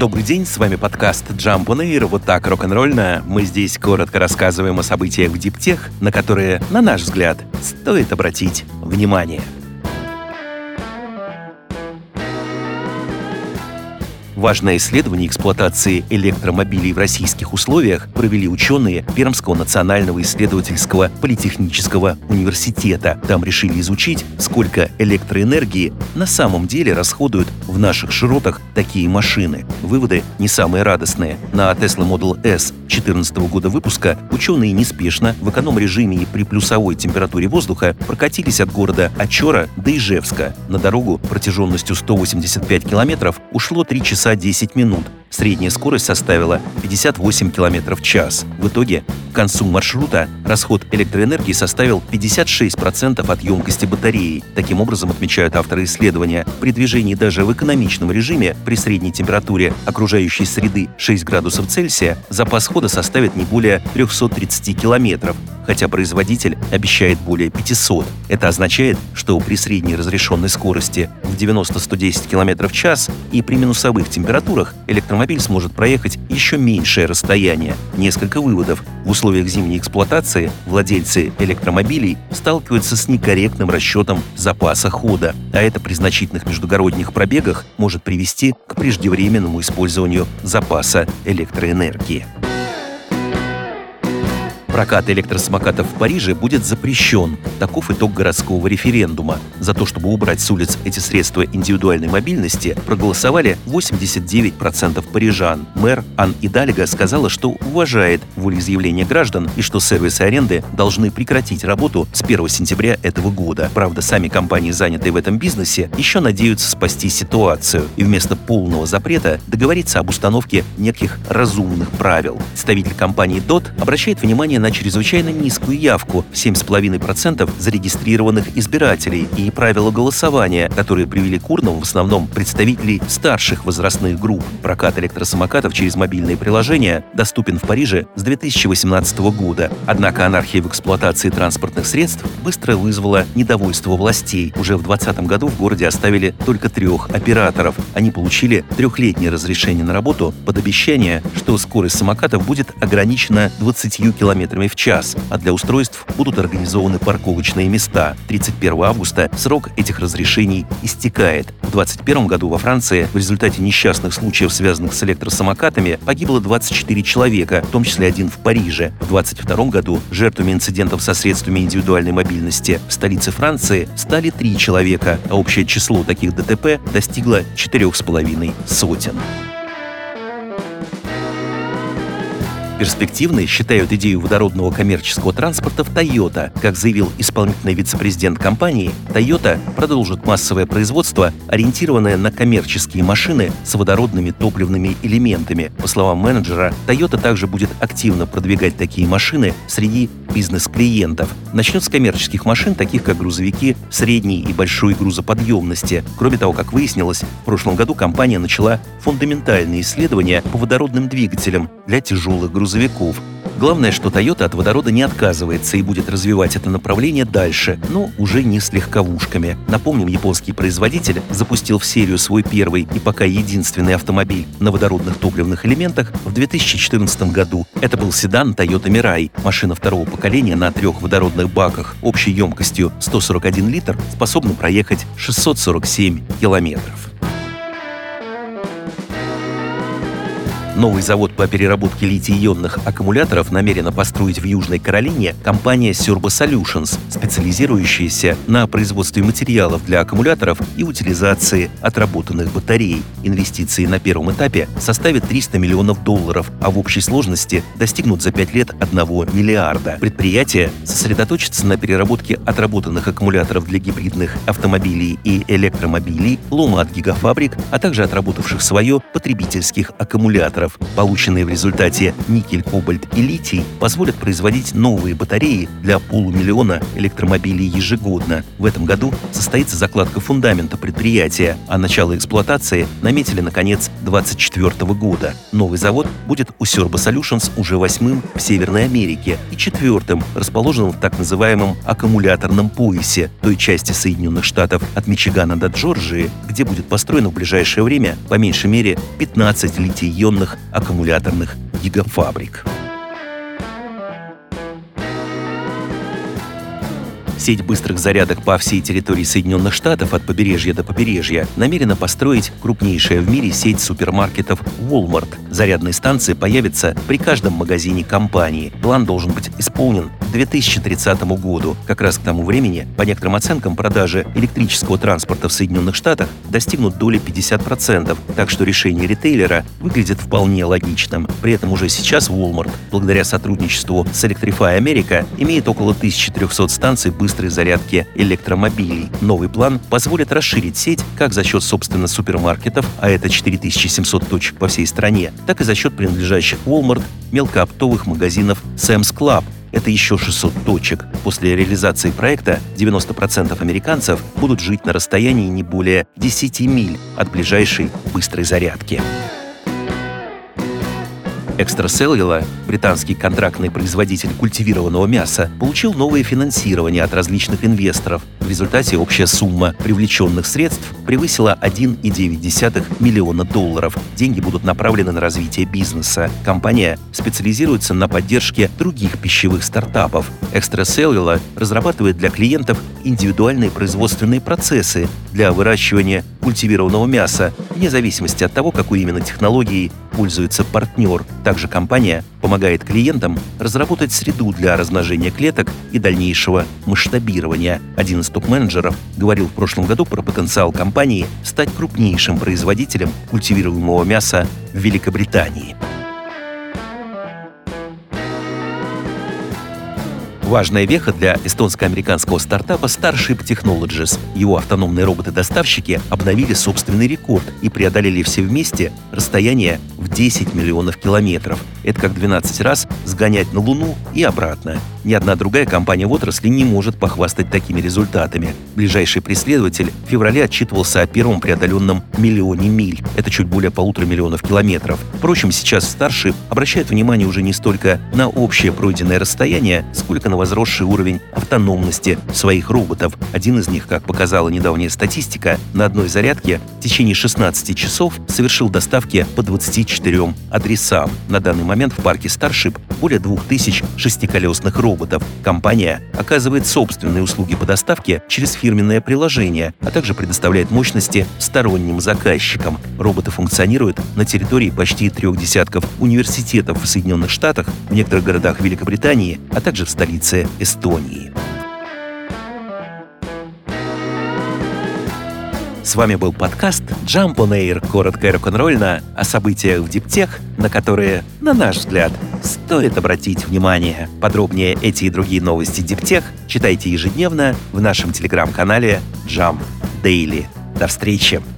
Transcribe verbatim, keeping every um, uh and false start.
Добрый день, с вами подкаст Jump on Air. Вот так рок-н-ролльно. Мы здесь коротко рассказываем о событиях в диптех, на которые, на наш взгляд, стоит обратить внимание. Важное исследование эксплуатации электромобилей в российских условиях провели ученые Пермского национального исследовательского политехнического университета. Там решили изучить, сколько электроэнергии на самом деле расходуют в наших широтах такие машины. Выводы не самые радостные. На Tesla Model S две тысячи четырнадцатого года выпуска ученые неспешно в эконом-режиме и при плюсовой температуре воздуха прокатились от города Очора до Ижевска. На дорогу протяженностью сто восемьдесят пять километров ушло три часа десять минут. Средняя скорость составила пятьдесят восемь километров в час. В итоге, к концу маршрута расход электроэнергии составил пятьдесят шесть процентов от емкости батареи. Таким образом, отмечают авторы исследования, при движении даже в экономичном режиме при средней температуре окружающей среды шесть градусов Цельсия запас хода составит не более триста тридцать километров, хотя производитель обещает более пятисот. Это означает, что при средней разрешенной скорости в девяносто - сто десять километров в час и при минусовых температурах электромобиль сможет проехать еще меньшее расстояние. Несколько выводов. В условиях зимней эксплуатации владельцы электромобилей сталкиваются с некорректным расчетом запаса хода, а это при значительных междугородних пробегах может привести к преждевременному использованию запаса электроэнергии. Прокат электросамокатов в Париже будет запрещен. Таков итог городского референдума. За то, чтобы убрать с улиц эти средства индивидуальной мобильности, проголосовали восемьдесят девять процентов парижан. Мэр Ан Идальго сказала, что уважает волеизъявление граждан и что сервисы аренды должны прекратить работу с первого сентября этого года. Правда, сами компании, занятые в этом бизнесе, еще надеются спасти ситуацию и вместо полного запрета договориться об установке неких разумных правил. Представитель компании дот обращает внимание на на чрезвычайно низкую явку в семь целых пять десятых процента зарегистрированных избирателей и правила голосования, которые привели к урнам в основном представителей старших возрастных групп. Прокат электросамокатов через мобильные приложения доступен в Париже с две тысячи восемнадцатого года. Однако анархия в эксплуатации транспортных средств быстро вызвала недовольство властей. Уже в двадцатом году в городе оставили только трех операторов. Они получили трехлетнее разрешение на работу под обещание, что скорость самокатов будет ограничена двадцатью километрами в час, а для устройств будут организованы парковочные места. тридцать первого августа срок этих разрешений истекает. В двадцать первом году во Франции в результате несчастных случаев, связанных с электросамокатами, погибло двадцать четыре человека, в том числе один в Париже. В двадцать втором году жертвами инцидентов со средствами индивидуальной мобильности в столице Франции стали три человека, а общее число таких ДТП достигло четырех с половиной сотен. Перспективной считают идею водородного коммерческого транспорта в Toyota. Как заявил исполнительный вице-президент компании, Toyota продолжит массовое производство, ориентированное на коммерческие машины с водородными топливными элементами. По словам менеджера, Toyota также будет активно продвигать такие машины среди бизнес-клиентов. Начнет с коммерческих машин, таких как грузовики средней и большой грузоподъемности. Кроме того, как выяснилось, в прошлом году компания начала фундаментальные исследования по водородным двигателям для тяжелых грузовиков. грузовиков. Главное, что Toyota от водорода не отказывается и будет развивать это направление дальше, но уже не с легковушками. Напомним, японский производитель запустил в серию свой первый и пока единственный автомобиль на водородных топливных элементах в две тысячи четырнадцатом году. Это был седан Toyota Mirai, машина второго поколения на трех водородных баках общей емкостью сто сорок один литр, способна проехать шестьсот сорок семь километров. Новый завод по переработке литий-ионных аккумуляторов намерена построить в Южной Каролине компания Serbo Solutions, специализирующаяся на производстве материалов для аккумуляторов и утилизации отработанных батарей. Инвестиции на первом этапе составят триста миллионов долларов, а в общей сложности достигнут за пять лет одного миллиарда. Предприятие сосредоточится на переработке отработанных аккумуляторов для гибридных автомобилей и электромобилей, лома от гигафабрик, а также отработавших свое потребительских аккумуляторов. аккумуляторов. Полученные в результате никель, кобальт и литий позволят производить новые батареи для полумиллиона электромобилей ежегодно. В этом году состоится закладка фундамента предприятия, а начало эксплуатации наметили на конец две тысячи двадцать четвёртого года. Новый завод будет у Serbo Solutions уже восьмым в Северной Америке и четвертым, расположенным в так называемом аккумуляторном поясе, той части Соединенных Штатов от Мичигана до Джорджии, где будет построено в ближайшее время по меньшей мере пятнадцать литий-ионных аккумуляторных гигафабрик. Сеть быстрых зарядок по всей территории Соединенных Штатов от побережья до побережья намерена построить крупнейшая в мире сеть супермаркетов Walmart. Зарядные станции появятся при каждом магазине компании. План должен быть исполнен к две тысячи тридцатому году. Как раз к тому времени, по некоторым оценкам, продажи электрического транспорта в Соединенных Штатах достигнут доли пятьдесят процентов, так что решение ритейлера выглядит вполне логичным. При этом уже сейчас Walmart, благодаря сотрудничеству с Electrify America, имеет около тысячи трёхсот станций быстрой зарядки электромобилей. Новый план позволит расширить сеть как за счет, собственно, супермаркетов, а это четыре тысячи семьсот точек по всей стране, так и за счет принадлежащих Walmart мелкооптовых магазинов Sam's Club. Это еще шестьсот точек. После реализации проекта девяносто процентов американцев будут жить на расстоянии не более десяти миль от ближайшей быстрой зарядки. Extra Cellular, британский контрактный производитель культивированного мяса, получил новое финансирование от различных инвесторов. В результате общая сумма привлеченных средств превысила один целых девять десятых миллиона долларов. Деньги будут направлены на развитие бизнеса. Компания специализируется на поддержке других пищевых стартапов. Extra Cellular разрабатывает для клиентов индивидуальные производственные процессы для выращивания культивированного мяса, вне зависимости от того, какой именно технологией пользуется партнер. Также компания помогает клиентам разработать среду для размножения клеток и дальнейшего масштабирования. Один из топ-менеджеров говорил в прошлом году про потенциал компании стать крупнейшим производителем культивируемого мяса в Великобритании. Важная веха для эстонско-американского стартапа Starship Technologies. Его автономные роботы-доставщики обновили собственный рекорд и преодолели все вместе расстояние в десять миллионов километров. Это как двенадцать раз сгонять на Луну и обратно. Ни одна другая компания в отрасли не может похвастать такими результатами. Ближайший преследователь в феврале отчитывался о первом преодоленном миллионе миль. Это чуть более полутора миллионов километров. Впрочем, сейчас Starship обращает внимание уже не столько на общее пройденное расстояние, сколько на возросший уровень автономности своих роботов. Один из них, как показала недавняя статистика, на одной зарядке в течение шестнадцати часов совершил доставки по двадцати четырем адресам. На данный момент в парке Starship более двух тысяч шестиколесных роботов. Компания оказывает собственные услуги по доставке через фирменное приложение, а также предоставляет мощности сторонним заказчикам. Роботы функционируют на территории почти трех десятков университетов в Соединенных Штатах, в некоторых городах Великобритании, а также в столице Эстонии. С вами был подкаст Jump on Air, коротко и рок-н-ролльно, о событиях в диптех, на которые, на наш взгляд, стоит обратить внимание. Подробнее эти и другие новости диптех читайте ежедневно в нашем телеграм-канале Jump Daily. До встречи!